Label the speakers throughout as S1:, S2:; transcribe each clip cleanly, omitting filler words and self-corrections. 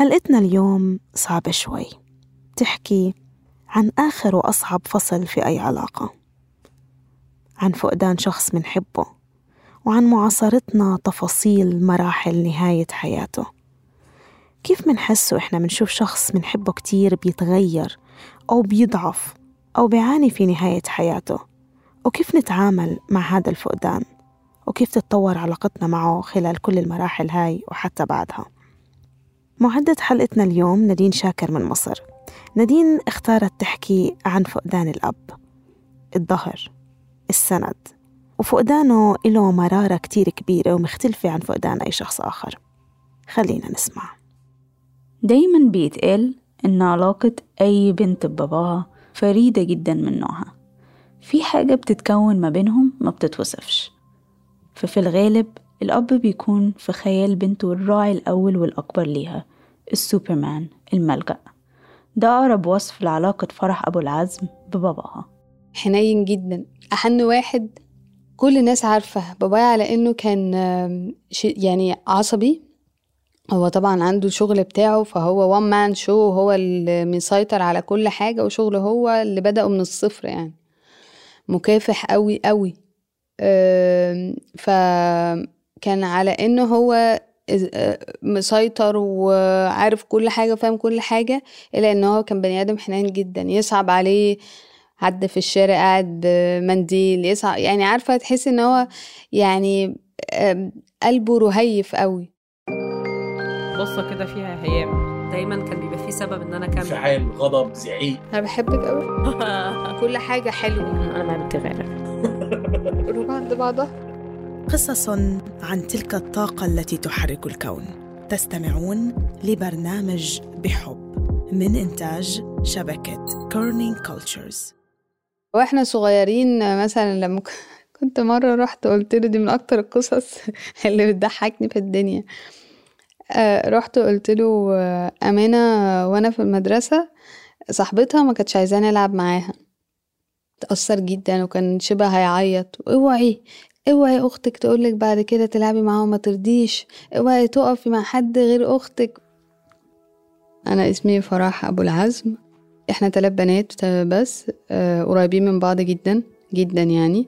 S1: حلقتنا اليوم صعبة شوي، تحكي عن آخر وأصعب فصل في أي علاقة، عن فقدان شخص منحبه، وعن معاصرتنا تفاصيل مراحل نهاية حياته. كيف منحس وإحنا منشوف شخص منحبه كتير بيتغير أو بيضعف أو بيعاني في نهاية حياته، وكيف نتعامل مع هذا الفقدان، وكيف تتطور علاقتنا معه خلال كل المراحل هاي وحتى بعدها. معدة حلقتنا اليوم نادين شاكر من مصر. نادين اختارت تحكي عن فقدان الأب، الظهر، السند، وفقدانه له مرارة كتير كبيرة ومختلفة عن فقدان أي شخص آخر. خلينا نسمع.
S2: دايما بيتقال إن علاقة أي بنت بباباها فريدة جدا من نوعها، في حاجة بتتكون ما بينهم ما بتتوصفش. ففي الغالب الأب بيكون في خيال بنته الراعي الأول والأكبر ليها، السوبرمان، الملجأ. ده أقرب وصف لعلاقة فرح أبو العزم بباباها.
S3: حنين جدا، أحن واحد. كل الناس عارفة بابايا على إنه كان يعني عصبي. هو طبعا عنده شغل بتاعه، فهو وان مان شو، هو اللي مسيطر على كل حاجة، وشغله هو اللي بدأه من الصفر. يعني مكافح قوي قوي. فكان على إنه هو مسيطر وعارف كل حاجة وفاهم كل حاجة، إلا إنه هو كان بني آدم حنين جدا. يصعب عليه حد في الشارع قاعد بمنديل، يصعب يعني، عارفة تحس إن هو يعني قلبه رهيف قوي.
S4: بصة كده فيها هيام. دايما كان بيبقى فيه سبب ان انا كان
S5: انفعال، غضب، زعيق.
S3: انا بحبك قوي. كل حاجة حلوة.
S4: انا ما بتغير.
S3: روح عند بعضها.
S1: قصص عن تلك الطاقة التي تحرك الكون. تستمعون لبرنامج بحب من إنتاج شبكة كورنينج كولتشرز.
S3: واحنا صغيرين مثلا، لما كنت مرة رحت قلت له، دي من اكتر القصص اللي بتضحكني في الدنيا. رحت قلت له أمانة وانا في المدرسة صاحبتها ما كانتش عايزاني العب معاها. تأثر جدا وكان شبه هيعيط. اوعي اختك تقولك بعد كده تلعبي معاها وما ترديش، اوعي تقفي مع حد غير اختك. انا اسمي فرح ابو العزم. احنا 3 بنات بس، قريبين من بعض جدا جدا يعني.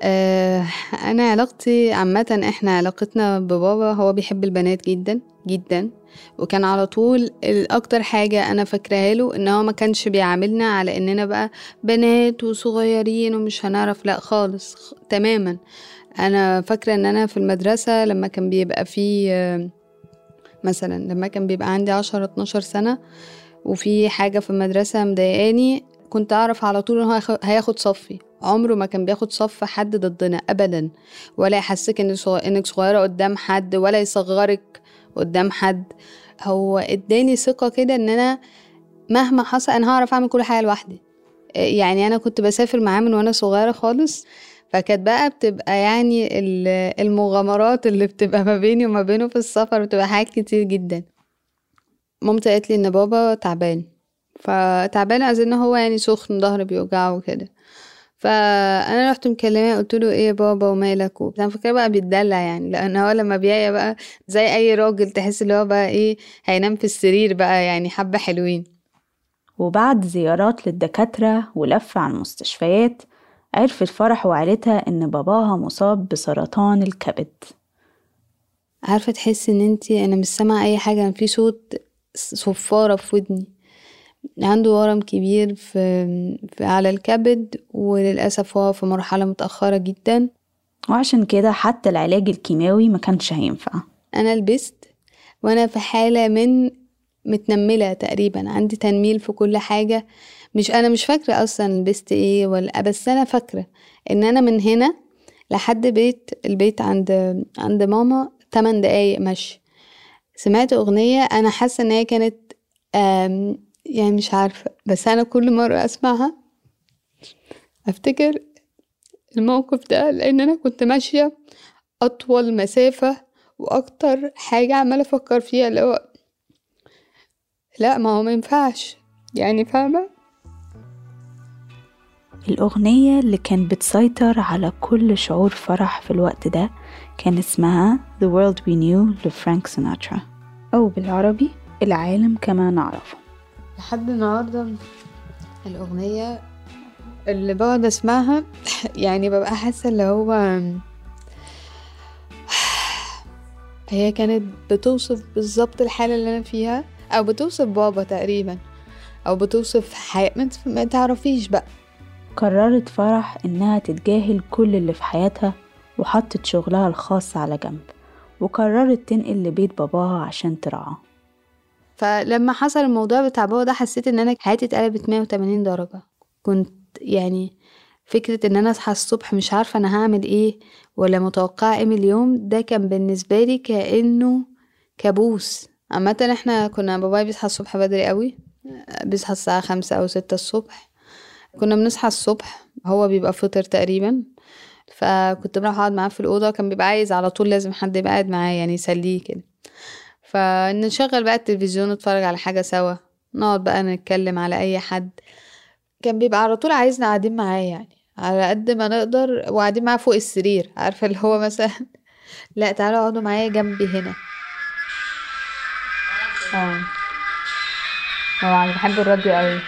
S3: انا علاقتي عامه، احنا علاقتنا ببابا، هو بيحب البنات جدا جدا، وكان على طول الاكتر حاجه انا فاكراها له ان هو ما كانش بيعاملنا على اننا بقى بنات وصغيرين ومش هنعرف، لا خالص تماما. انا فاكره ان انا في المدرسه لما كان بيبقى في مثلا، لما كان بيبقى عندي 10-12 سنه وفي حاجه في المدرسه مضايقاني، كنت اعرف على طول ان هو هياخد صفي. عمره ما كان بياخد صف حد ضدنا ابدا، ولا يحسك انك صغيره قدام حد، ولا يصغرك قدام حد. هو اداني ثقه كده ان انا مهما حصل انا هعرف اعمل كل حاجه لوحدي. يعني انا كنت بسافر معاه من وانا صغيره خالص، فكانت بقى بتبقى يعني المغامرات اللي بتبقى ما بيني وما بينه في السفر بتبقى حاجات كتير جدا. مامتي قالت لي ان بابا تعبان، فتعبان عايزين هو يعني سخن، ظهره بيوجعه وكده. فانا رحت مكلمه قلت له ايه يا بابا ومالك وبتاع. انا فاكره بقى بيتدلع يعني، لان هو لما بيعيا بقى زي اي راجل تحس اللي هو بقى ايه، هينام في السرير بقى يعني حبه حلوين.
S2: وبعد زيارات للدكاترة ولف على المستشفيات، عرفت فرح وعيلتها إن باباها مصاب بسرطان الكبد.
S3: عارفة تحس إن أنا مش سامعة أي حاجة، أنا في صوت صفارة في ودني. عنده ورم كبير في على الكبد، وللأسف هو في مرحلة متأخرة جدا،
S2: وعشان كده حتى العلاج الكيماوي ما كانش هينفع.
S3: أنا لبست وأنا في حالة من متنملة تقريبا، عندي تنميل في كل حاجة. أنا مش فاكرة أصلا لبست إيه ولا، بس أنا فاكرة إن أنا من هنا لحد البيت عند ماما 8 دقايق مشي. سمعت أغنية أنا حاسة إن هي كانت يعني مش عارفة، بس أنا كل مرة أسمعها أفتكر الموقف ده، لأن أنا كنت ماشية أطول مسافة، وأكتر حاجة عمالة أفكر فيها اللي هو لا، ما هو ما ينفعش يعني، فاهمة؟
S2: الأغنية اللي كانت بتسيطر على كل شعور فرح في الوقت ده كان اسمها The World We Knew لفرانك سيناترا، أو بالعربي العالم كما نعرفه.
S3: لحد النهاردة الأغنية اللي بقعد اسمعها يعني ببقى حاسة اللي هو هي كانت بتوصف بالظبط الحالة اللي أنا فيها، أو بتوصف بابا تقريبا، أو بتوصف حياة ما تعرفيش بقى.
S2: قررت فرح إنها تتجاهل كل اللي في حياتها وحطت شغلها الخاص على جنب، وقررت تنقل لبيت باباها عشان ترعاه.
S3: فلما حصل الموضوع بتاع بابا ده حسيت ان انا حياتي اتقلبت 180 درجة. كنت يعني فكرة ان انا اصحى الصبح مش عارفة انا هعمل ايه ولا متوقعة ايه من اليوم، ده كان بالنسبة لي كأنه كابوس. عامة احنا كنا بابايا بيصحى الصبح بدري قوي، بيصحى الساعة 5 أو 6 الصبح. كنا بنصحى الصبح، هو بيبقى فطر تقريبا، فكنت بروح اقعد معاه في الأوضة. كان بيبقى عايز على طول لازم حد يبقى قاعد معاه يعني يسليه كده، فنشغل بقى التلفزيون نتفرج على حاجة سوا، نقعد بقى نتكلم على أي حد. كان بيبقى على طول عايزنا قاعدين معاه يعني على قد ما نقدر، وقاعدين معاه فوق السرير، عارفة اللي هو مثلا لا تعالوا اقعدوا معايا جنبي هنا.
S2: انا بحب الراديو قوي.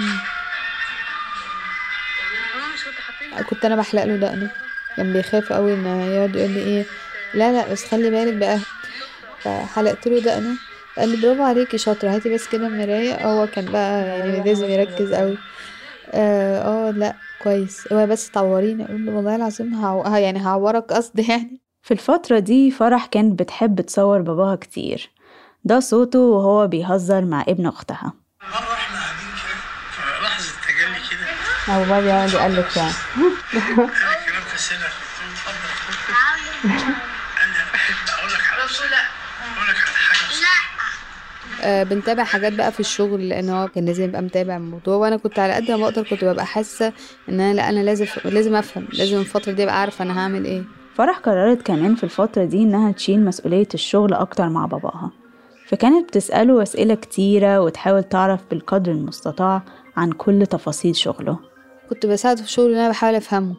S3: كنت انا بحلق له دقنه، كان بيخاف قوي ان يقعد يقول لي ايه لا لا بس خلي بالك بقى. فحلقت له دقنه، قال لي برافو عليكي شاطره، هاتي بس كده المرايه. هو كان بقى يعني لازم يركز قوي. لا كويس، هو بس تعوريني. اقول له والله العظيم يعني هعورك قصد يعني.
S2: في الفترة دي فرح كانت بتحب تصور باباها كتير، ده صوته وهو بيهزر مع ابن أختها.
S5: مرة احنا قاعدين كده في لحظة تجلي كده،
S2: أو بابا يقعد يقلب يعني
S5: قال الكلام في السنة، قلت له اتفضل. قال لي أنا بحب أقول لك على حاجة.
S3: بنتابع حاجات بقى في الشغل، لان هو كان لازم يبقى متابع الموضوع، وانا كنت على قد ما بقدر كنت ببقى حاسه ان انا لا انا لازم افهم، لازم الفتره دي ابقى عارفه انا هعمل ايه.
S2: فرح قررت كمان في الفترة دي إنها تشيل مسؤولية الشغل أكتر مع باباها، فكانت بتسأله أسئلة كتيرة وتحاول تعرف بالقدر المستطاع عن كل تفاصيل شغله.
S3: كنت بساعده في الشغل، انا بحاول افهمه.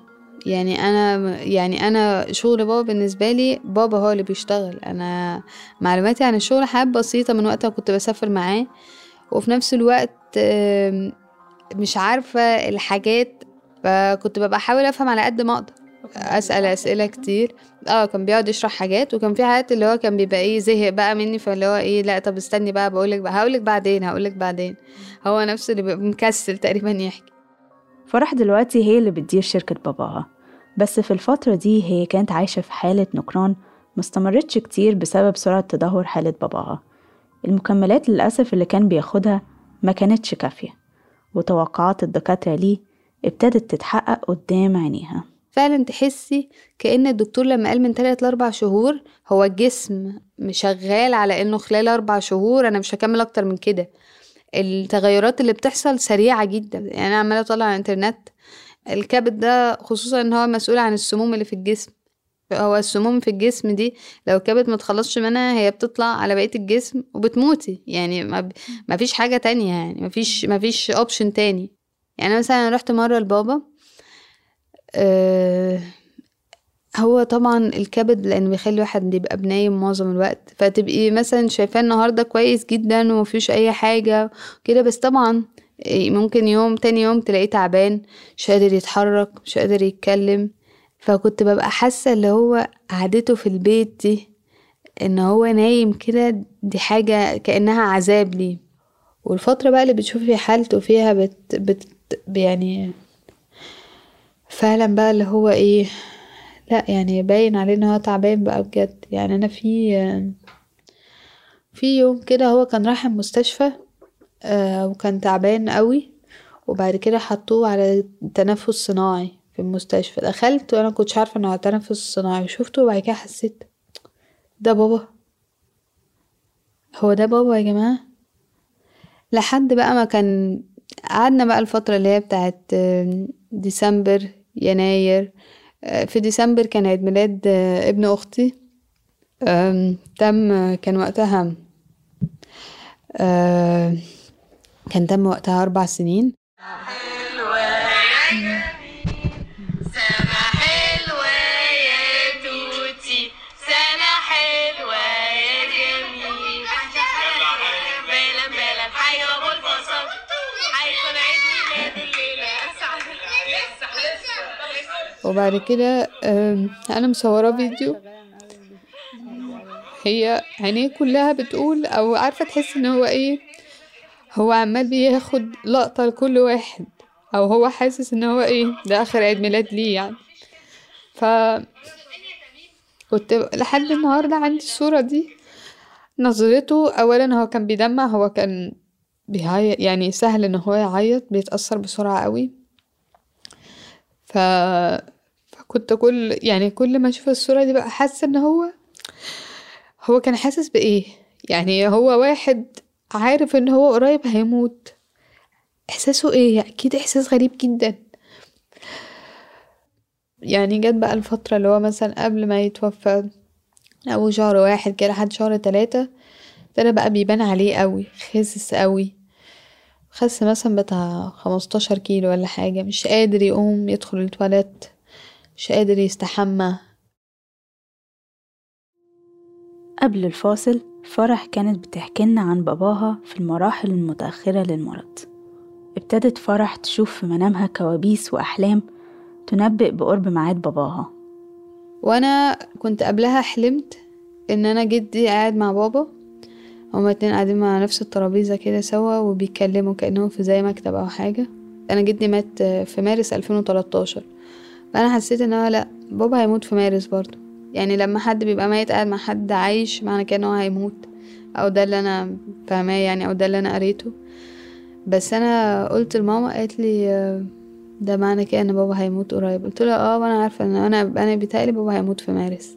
S3: انا شغل بابا بالنسبه لي، بابا هو اللي بيشتغل، انا معلوماتي عن الشغل حاجات بسيطه من وقتها كنت بسافر معاه، وفي نفس الوقت مش عارفه الحاجات، فكنت ببقى احاول افهم على قد ما اقدر، اسال اسئله كتير. كان بيقعد يشرح حاجات، وكان في حاجات اللي هو كان بيبقى ايه زهق بقى مني، فاللي هو ايه لا طب استني بقى هقولك بعدين. هو نفسه اللي بيبقى مكسل تقريبا يحكي.
S2: فرح دلوقتي هي اللي بتدير شركة باباها، بس في الفترة دي هي كانت عايشة في حالة نكران مستمرتش كتير بسبب سرعة تدهور حالة باباها. المكملات للأسف اللي كان بياخدها ما كانتش كافية، وتوقعات الدكاترة ليه ابتدت تتحقق قدام عينيها.
S3: فعلا تحسي كأن الدكتور لما قال من 3 ل4 شهور، هو الجسم مشغال على انه خلال 4 شهور انا مش هكمل اكتر من كده. التغيرات اللي بتحصل سريعة جدا، يعني انا عمالة اطلع على الانترنت الكبد ده خصوصا ان هو مسؤول عن السموم اللي في الجسم. هو السموم في الجسم دي لو الكبد ما تخلصش منها هي بتطلع على بقية الجسم وبتموتي، يعني ما فيش حاجة تانية، يعني ما فيش اوبشن تاني. يعني مثلا انا رحت مرة لبابا، هو طبعا الكبد لانه بيخلي الواحد يبقى بنايم معظم الوقت، فتبقي مثلا شايفاه النهارده كويس جدا ومفيش اي حاجه كده، بس طبعا ممكن تاني يوم تلاقيه تعبان، مش قادر يتحرك، مش قادر يتكلم. فكنت ببقى حاسه اللي هو قعدته في البيت دي، ان هو نايم كده، دي حاجه كانها عذاب ليه. والفتره بقى اللي بتشوفي حالته فيها يعني فعلا بقى اللي هو ايه، لا يعني باين عليه ان هو تعبان بقى بجد. يعني انا في يوم كده هو كان راح المستشفى وكان تعبان قوي، وبعد كده حطوه على تنفس صناعي في المستشفى. دخلت وانا كنتش عارفه انه على تنفس صناعي، وشفته وبعد كده حسيت ده بابا، هو ده بابا يا جماعه. لحد بقى ما كان قعدنا بقى الفتره اللي هي بتاعت ديسمبر يناير. في ديسمبر كان عيد ميلاد ابن اختي، كان وقتها كان تم وقتها 4 سنين. وبعد كده انا مصوره فيديو، هي عينيه كلها بتقول، او عارفه تحس ان هو ايه، هو عمال بياخد لقطه لكل واحد، او هو حاسس ان هو ايه ده اخر عيد ميلاد ليه يعني. ف كنت لحد النهارده عندي الصوره دي. نظرته اولا هو كان بيدمع، هو كان بيعيط، يعني سهل ان هو يعيط، بيتأثر بسرعة قوي. ف... فكنت كل ما اشوف الصورة دي بقى حاسة ان هو كان حاسس بايه. يعني هو واحد عارف ان هو قريب هيموت، احساسه ايه؟ اكيد احساس غريب جدا. يعني جت بقى الفترة اللي هو مثلا قبل ما يتوفى، او شهر 1 كده لحد شهر 3 ابتدى بقى بيبان عليه قوي، خاسس قوي، خس مثلا بتاع 15 كيلو ولا حاجة، مش قادر يقوم يدخل التواليت، مش قادر يستحمى.
S2: قبل الفاصل فرح كانت بتحكيلنا عن باباها في المراحل المتأخرة للمرض. ابتدت فرح تشوف في منامها كوابيس وأحلام تنبئ بقرب ميعاد باباها.
S3: وانا كنت قبلها حلمت ان انا جدي قاعد مع بابا، هما اتنين قاعدين مع نفس الترابيزة كده سوا وبيتكلموا كأنهم في زي مكتب او حاجة. انا جدي مات في مارس 2013، فانا حسيت ان هو لا، بابا هيموت في مارس برضو. يعني لما حد بيبقى ميت قاعد مع حد عايش، معنى كده ان هو هيموت، او ده اللي انا فاهماه يعني، او ده اللي انا قريته. بس انا قلت لماما، قالت لي ده معنى كده ان بابا هيموت قريب. قلت لها وانا عارفه ان انا بيتهيألي بابا هيموت في مارس.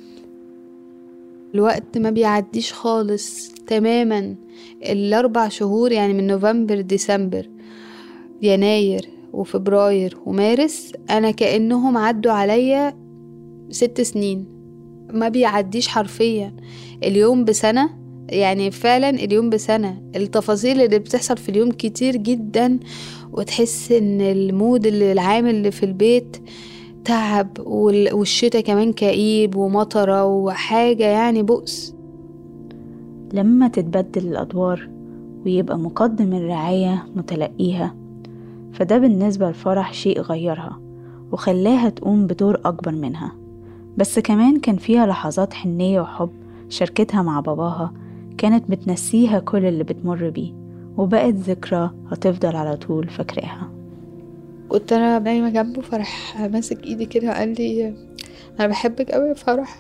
S3: الوقت ما بيعديش خالص تماما. ال4 شهور يعني من نوفمبر ديسمبر يناير وفبراير ومارس، انا كأنهم عدوا عليا 6 سنين. ما بيعديش حرفيا. اليوم بسنة، يعني فعلا اليوم بسنة. التفاصيل اللي بتحصل في اليوم كتير جدا، وتحس ان المود العام اللي في البيت تعب، والشتاء كمان كئيب ومطرة وحاجة يعني بؤس.
S2: لما تتبدل الأدوار ويبقى مقدم الرعاية متلقيها، فده بالنسبة لفرح شيء غيرها وخلاها تقوم بدور أكبر منها. بس كمان كان فيها لحظات حنية وحب شاركتها مع باباها، كانت بتنسيها كل اللي بتمر بيه، وبقت ذكرى هتفضل على طول فاكراها.
S3: كنت انا نايمة جنبه، فرح ماسك ايدي كده وقال لي انا بحبك قوي يا فرح.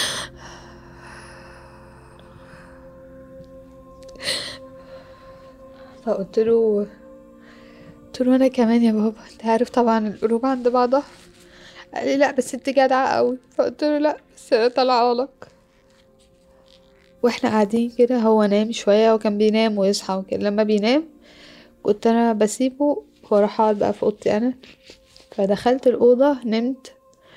S3: فقلت له انا كمان يا بابا، انت عارف طبعا القلوب عند بعضها. قال لي لا بس انت جدعة قوي. فقلت له لا بس انا طالعه لك. واحنا قاعدين كده، هو نام شويه وكان بينام ويصحى وكده. لما بينام كنت انا بسيبه واروح اقعد بقى في اوضتي انا. فدخلت الاوضه نمت،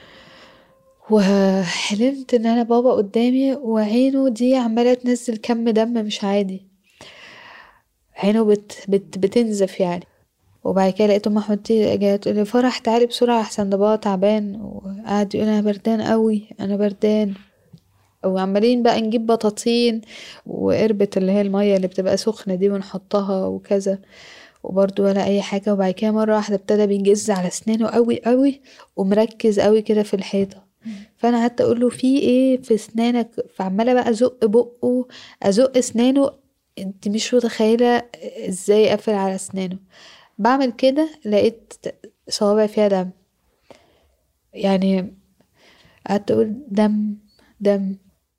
S3: وحلمت ان انا بابا قدامي، وعينه دي عماله تنزل كم دم مش عادي، عينه بتنزف يعني. وبعد كده لقيت ام احمد جايه تقول لي فرح تعالي بسرعه احسن ده بابا تعبان. وقعد يقول انا بردان قوي، انا بردان. وعمالين بقى نجيب بطاطين وقربة اللي هي المية اللي بتبقى سخنة دي ونحطها وكذا، وبرضو ولا اي حاجة. وبعد كده مرة واحدة ابتدى بينجز على اسنانه قوي قوي، ومركز قوي كده في الحيطة. فانا قعدت اقول له في ايه في اسنانك؟ فعمالة بقى ازق بقه، ازق اسنانه. انت مش متخيلة ازاي قافل على اسنانه. بعمل كده لقيت صوابع فيها دم. يعني قعدت اقول دم دم.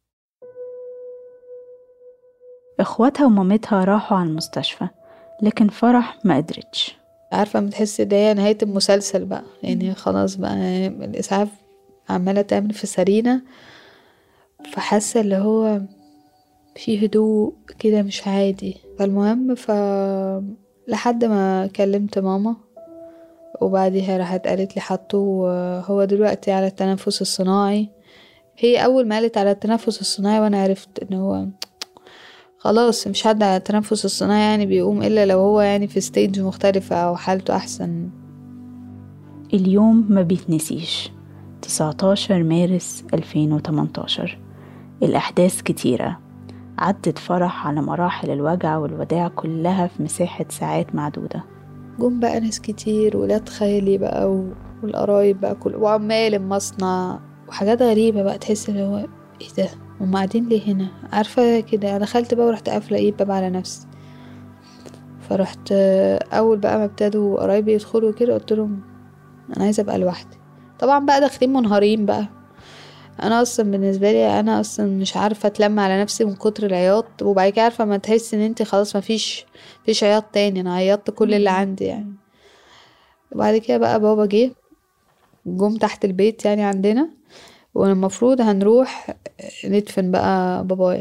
S2: اخواتها ومامتها راحوا على المستشفى، لكن فرح ما قدرتش.
S3: عارفة بتحس ده هي نهاية المسلسل بقى، يعني خلاص بقى الإسعاف عمالة تعمل في سرينا. فحاسة اللي هو في هدوء كده مش عادي. فالمهم لحد ما كلمت ماما، وبعدها راحت قالت لي حطوه هو دلوقتي على التنفس الصناعي. هي أول ما قالت على التنفس الصناعي وأنا عرفت إن هو خلاص مش حد على التنفس الصناعي يعني بيقوم إلا لو هو يعني في ستيج مختلفة أو حالته أحسن.
S2: اليوم ما بيتنسيش، 19 مارس 2018. الأحداث كتيرة، عدت فرح على مراحل الوجع والوداع كلها في مساحة ساعات معدودة.
S3: جم بقى ناس كتير، ولاد خالي بقى والقرايب بقى كل، وعمال المصنع وحاجات غريبة بقى، تحس اللي هو ايه ده، هم قاعدين ليه هنا؟ عارفة كده. انا دخلت بقى ورحت قافلة الباب على نفسي. فرحت اول بقى ما ابتدوا قرايبي يدخلوا كده قلت لهم انا عايزة ابقى لوحدي. طبعا بقى داخلين منهارين بقى. انا اصلا بالنسبه لي انا اصلا مش عارفه اتلم على نفسي من كتر العياط، وبعد كده عارفه ما تحس ان انت خلاص ما فيش عياط تاني، انا عيطت كل اللي عندي يعني. وبعد كده بقى بابا جم تحت البيت يعني عندنا، والمفروض هنروح ندفن بقى بابايا.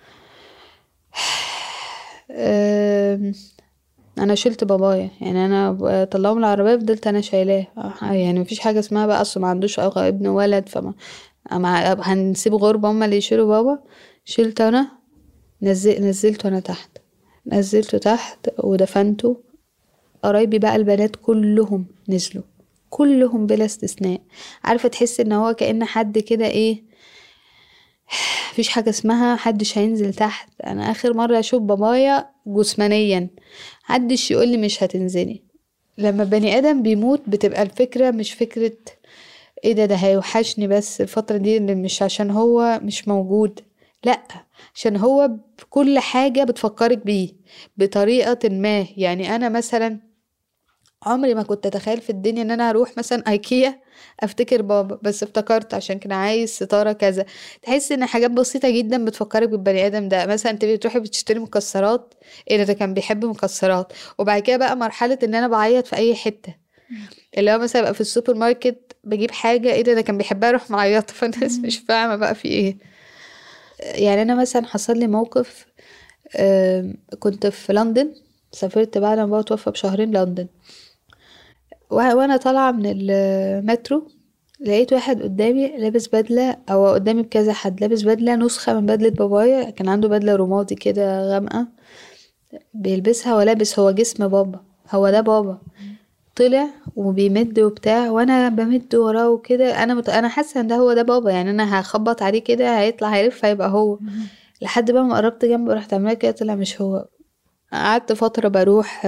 S3: انا شلت بابايا يعني، انا طلعهم العربيه فضلت انا شايلاه يعني. مفيش حاجه اسمها بقى اصلا ما عندوش ابن ولد فما هنسيب غربة هما اللي يشيلوا بابا. شلت انا، نزلته انا تحت، نزلته تحت ودفنته. قرايبي بقى البنات كلهم نزلوا، كلهم بلا استثناء. عارفة تحس ان هو كأن حد كده ايه، مفيش حاجة اسمها حدش هينزل تحت. انا اخر مرة اشوف بابايا جسمانيا محدش يقولي مش هتنزلي. لما بني ادم بيموت بتبقى الفكرة مش فكرة ايه ده هيوحشني بس الفترة دي، اللي مش عشان هو مش موجود، لا، عشان هو بكل حاجة بتفكرك بيه بطريقة ما. يعني انا مثلا عمري ما كنت اتخيل في الدنيا ان انا هروح مثلا ايكيا افتكر بابا، بس افتكرت عشان كان عايز ستارة كذا. تحس ان حاجات بسيطة جدا بتفكرك بالبني ادم ده. مثلا انت بتروحي بتشتري مكسرات، ايه ده كان بيحب مكسرات. وبعد كده بقى مرحلة ان انا بعيط في اي حتة، اللي هو مثلا ابقى في السوبر ماركت بجيب حاجة، ايه ده كان بيحبها، اروح معيطة. فالناس مش فاهمة بقى في ايه. يعني انا مثلا حصل لي موقف، كنت في لندن، سافرت بعد ما بابا توفى بشهرين لندن، وانا طالعة من المترو لقيت واحد قدامي لابس بدلة، او قدامي بكذا حد لابس بدلة نسخة من بدلة بابايا. كان عنده بدلة رمادي كده غامقة بيلبسها، ولابس هو جسم بابا، هو ده بابا. طلع وبيمد وبتاع، وانا بمد وراه وكده. انا حاسه ان ده هو ده بابا يعني. انا هخبط عليه كده هيطلع هيلف هيبقى هو. لحد بقى ما قربت جنبه رحت عامله كده، طلع مش هو. قعدت فتره بروح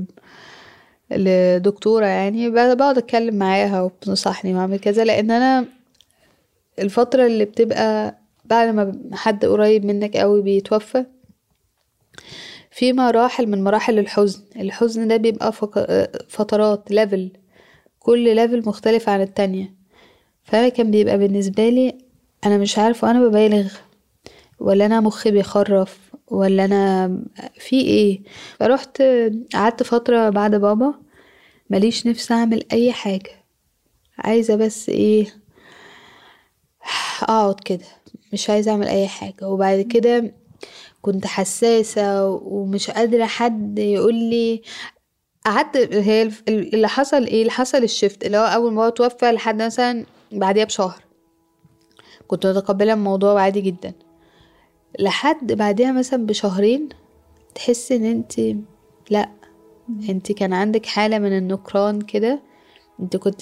S3: لدكتوره يعني، بقعد اتكلم معاها وبتنصحني واعمل كذا، لان انا الفتره اللي بتبقى بعد ما حد قريب منك قوي بيتوفى في مراحل من مراحل الحزن ده بيبقى فترات ليفل، كل ليفل مختلف عن التانية. فانا كان بيبقى بالنسبة لي انا مش عارفة انا ببالغ ولا انا مخي بيخرف ولا انا في ايه. فروحت قعدت فترة بعد بابا ماليش نفس اعمل اي حاجة، عايزة بس ايه، اقعد كده مش عايزة اعمل اي حاجة. وبعد كده كنت حساسة ومش قادرة حد يقولي. قعدت هي اللي حصل ايه، اللي حصل الشفت اللي هو اول ما هو توفى لحد مثلا بعديها بشهر كنت متقبلة الموضوع عادي جدا. لحد بعديها مثلا بشهرين تحس ان انت لا، انت كان عندك حالة من النكران كده. انت كنت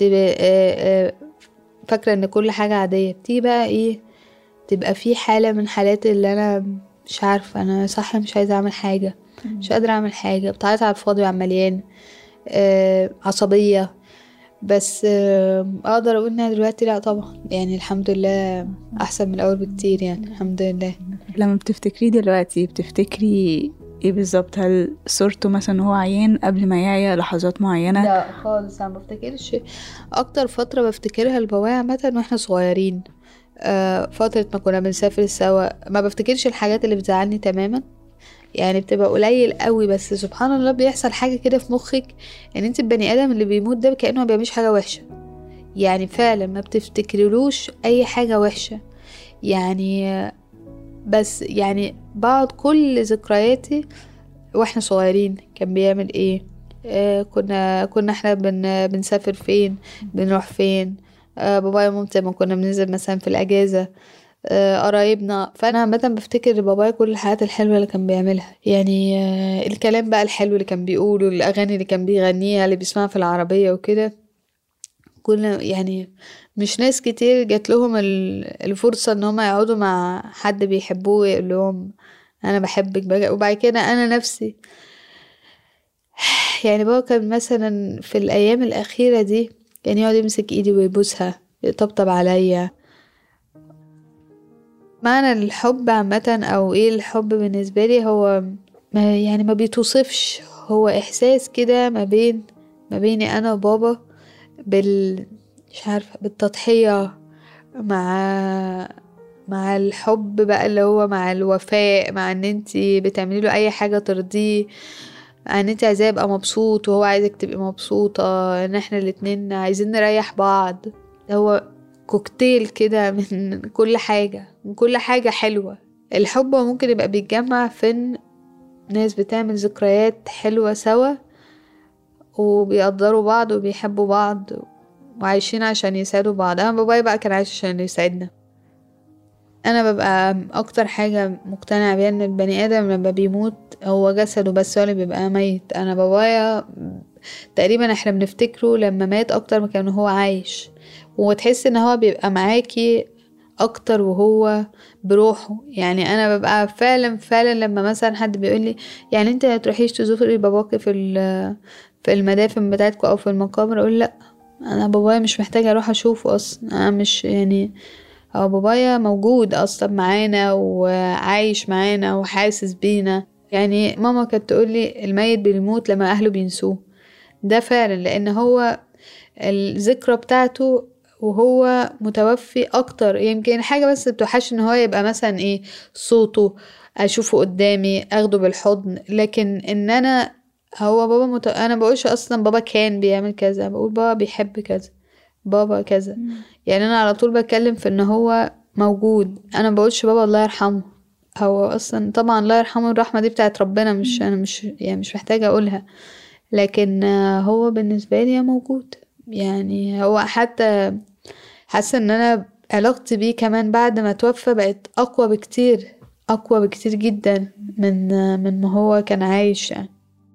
S3: فاكرة ان كل حاجة عادية، بتيجي بقى ايه، تبقى في حالة من حالات اللي انا مش عارفة انا صح مش عايزة اعمل حاجة، مش قادرة اعمل حاجة، بتعيط على الفاضي وعلى المليان، عصبية. بس اقدر اقول انها دلوقتي لا طبعا يعني الحمد لله احسن من الاول بكتير يعني الحمد لله.
S2: لما بتفتكري دلوقتي بتفتكري ايه بالظبط؟ هل صورته مثلا هو عيان قبل ما يعيا لحظات معينة؟
S3: لا خالص، انا بفتكرش. اكتر فترة بفتكرها لبابايا عامة واحنا صغيرين، فترة ما كنا بنسافر سوا. ما بفتكرش الحاجات اللي بتزعلني تماما يعني، بتبقى قليل قوي. بس سبحان الله بيحصل حاجة كده في مخك ان انت البني ادم اللي بيموت ده كأنه ما بيعملش حاجة وحشة يعني، فعلا ما بتفتكرلوش اي حاجة وحشة يعني. بس يعني بعض كل ذكرياتي واحنا صغيرين كان بيعمل ايه، كنا احنا بنسافر فين، بنروح فين، بابايا ومامتي لما كنا بننزل مثلا في الاجازة، قرايبنا. فانا عامه بفتكر بابايا كل الحاجات الحلوه اللي كان بيعملها يعني، الكلام بقى الحلو اللي كان بيقوله، الاغاني اللي كان بيغنيها اللي بيسمعها في العربيه وكده. كنا يعني مش ناس كتير جات لهم الفرصه ان هم يقعدوا مع حد بيحبوه ويقول لهم انا بحبك بقى. وبعد كده انا نفسي يعني بابا كان مثلا في الأيام الأخيرة دي كان يقعد يمسك إيدي ويبوسها، يطبطب عليا. معنى الحب عامة أو إيه الحب بالنسبة لي، هو ما بيتوصفش، هو إحساس كده ما بيني أنا وبابا مش عارفة، بالتضحية مع الحب بقى، اللي هو مع الوفاء، مع ان انتي بتعملي له اي حاجة ترضيه، مع ان انتي عايزاه يبقى مبسوط وهو عايزك تبقي مبسوطة، ان احنا الاتنين عايزين نريح بعض. هو كوكتيل كده من كل حاجة حلوة. الحب ممكن يبقى بيتجمع في ان ناس بتعمل ذكريات حلوة سوا، وبيقدروا بعض وبيحبوا بعض وعايشين عشان يساعدوا بعض. انا بابايا بقى كان عايش عشان يساعدنا. انا ببقى اكتر حاجة مقتنعة بيها ان البني ادم لما بيموت هو جسده بس هو اللي بيبقى ميت. انا بابايا تقريبا احنا بنفتكره لما مات اكتر ما كان هو عايش، وتحس ان هو بيبقى معاكي اكتر وهو بروحه. يعني انا ببقى فعلا لما مثلا حد بيقولي يعني انت هتروحيش تزوري باباكي في المدافن بتاعتكم او في المقابر، اقول لا، انا بابايا مش محتاجة اروح اشوفه اصلا. انا مش يعني، هو بابايا موجود اصلا معانا وعايش معانا وحاسس بينا. يعني ماما كانت تقولي الميت بيموت لما اهله بينسوه. ده فعلا، لان هو الذكرى بتاعته وهو متوفي اكتر. يمكن حاجة بس بتوحش ان هو يبقى مثلا ايه، صوته، اشوفه قدامي، اخده بالحضن، لكن ان هو بابا انا بقولش اصلا بابا كان بيعمل كذا، بقول بابا بيحب كذا، بابا كذا. يعني انا على طول بتكلم في ان هو موجود. انا بقولش بابا الله يرحمه، هو اصلا طبعا الله يرحمه الرحمة دي بتاعت ربنا، مش انا مش محتاجة اقولها، لكن هو بالنسبة لي موجود. يعني هو حتى حاسة ان انا علاقتي بيه كمان بعد ما توفى بقت اقوى بكتير جدا من ما هو كان عايش يعني.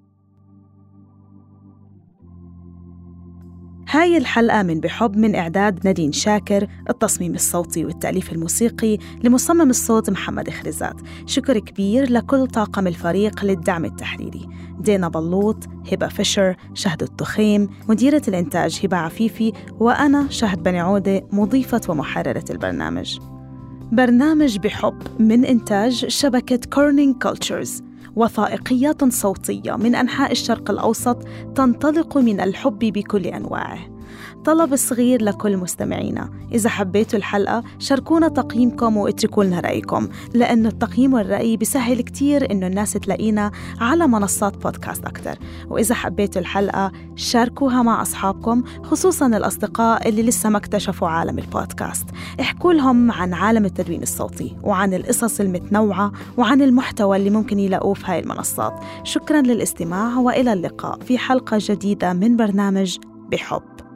S1: هاي الحلقة من بحب من إعداد نادين شاكر، التصميم الصوتي والتأليف الموسيقي لمصمم الصوت محمد خريزات. شكر كبير لكل طاقم الفريق للدعم التحريري: دينا بلوط، هبة فيشر، شهد التخيم، مديرة الإنتاج هبة عفيفي، وأنا شهد بني عودة مضيفة ومحررة البرنامج. برنامج بحب من إنتاج شبكة كورنينج كولتشرز، وثائقيات صوتية من أنحاء الشرق الأوسط تنطلق من الحب بكل أنواعه. طلب صغير لكل مستمعينا: إذا حبيتوا الحلقة شاركونا تقييمكم واتركوا لنا رأيكم، لأن التقييم والرأي بيسهل كتير إنه الناس تلاقينا على منصات بودكاست أكتر. وإذا حبيتوا الحلقة شاركوها مع أصحابكم، خصوصاً الأصدقاء اللي لسه ما اكتشفوا عالم البودكاست. احكوا لهم عن عالم التدوين الصوتي وعن القصص المتنوعة وعن المحتوى اللي ممكن يلاقوه في هاي المنصات. شكراً للاستماع، وإلى اللقاء في حلقة جديدة من برنامج بحب.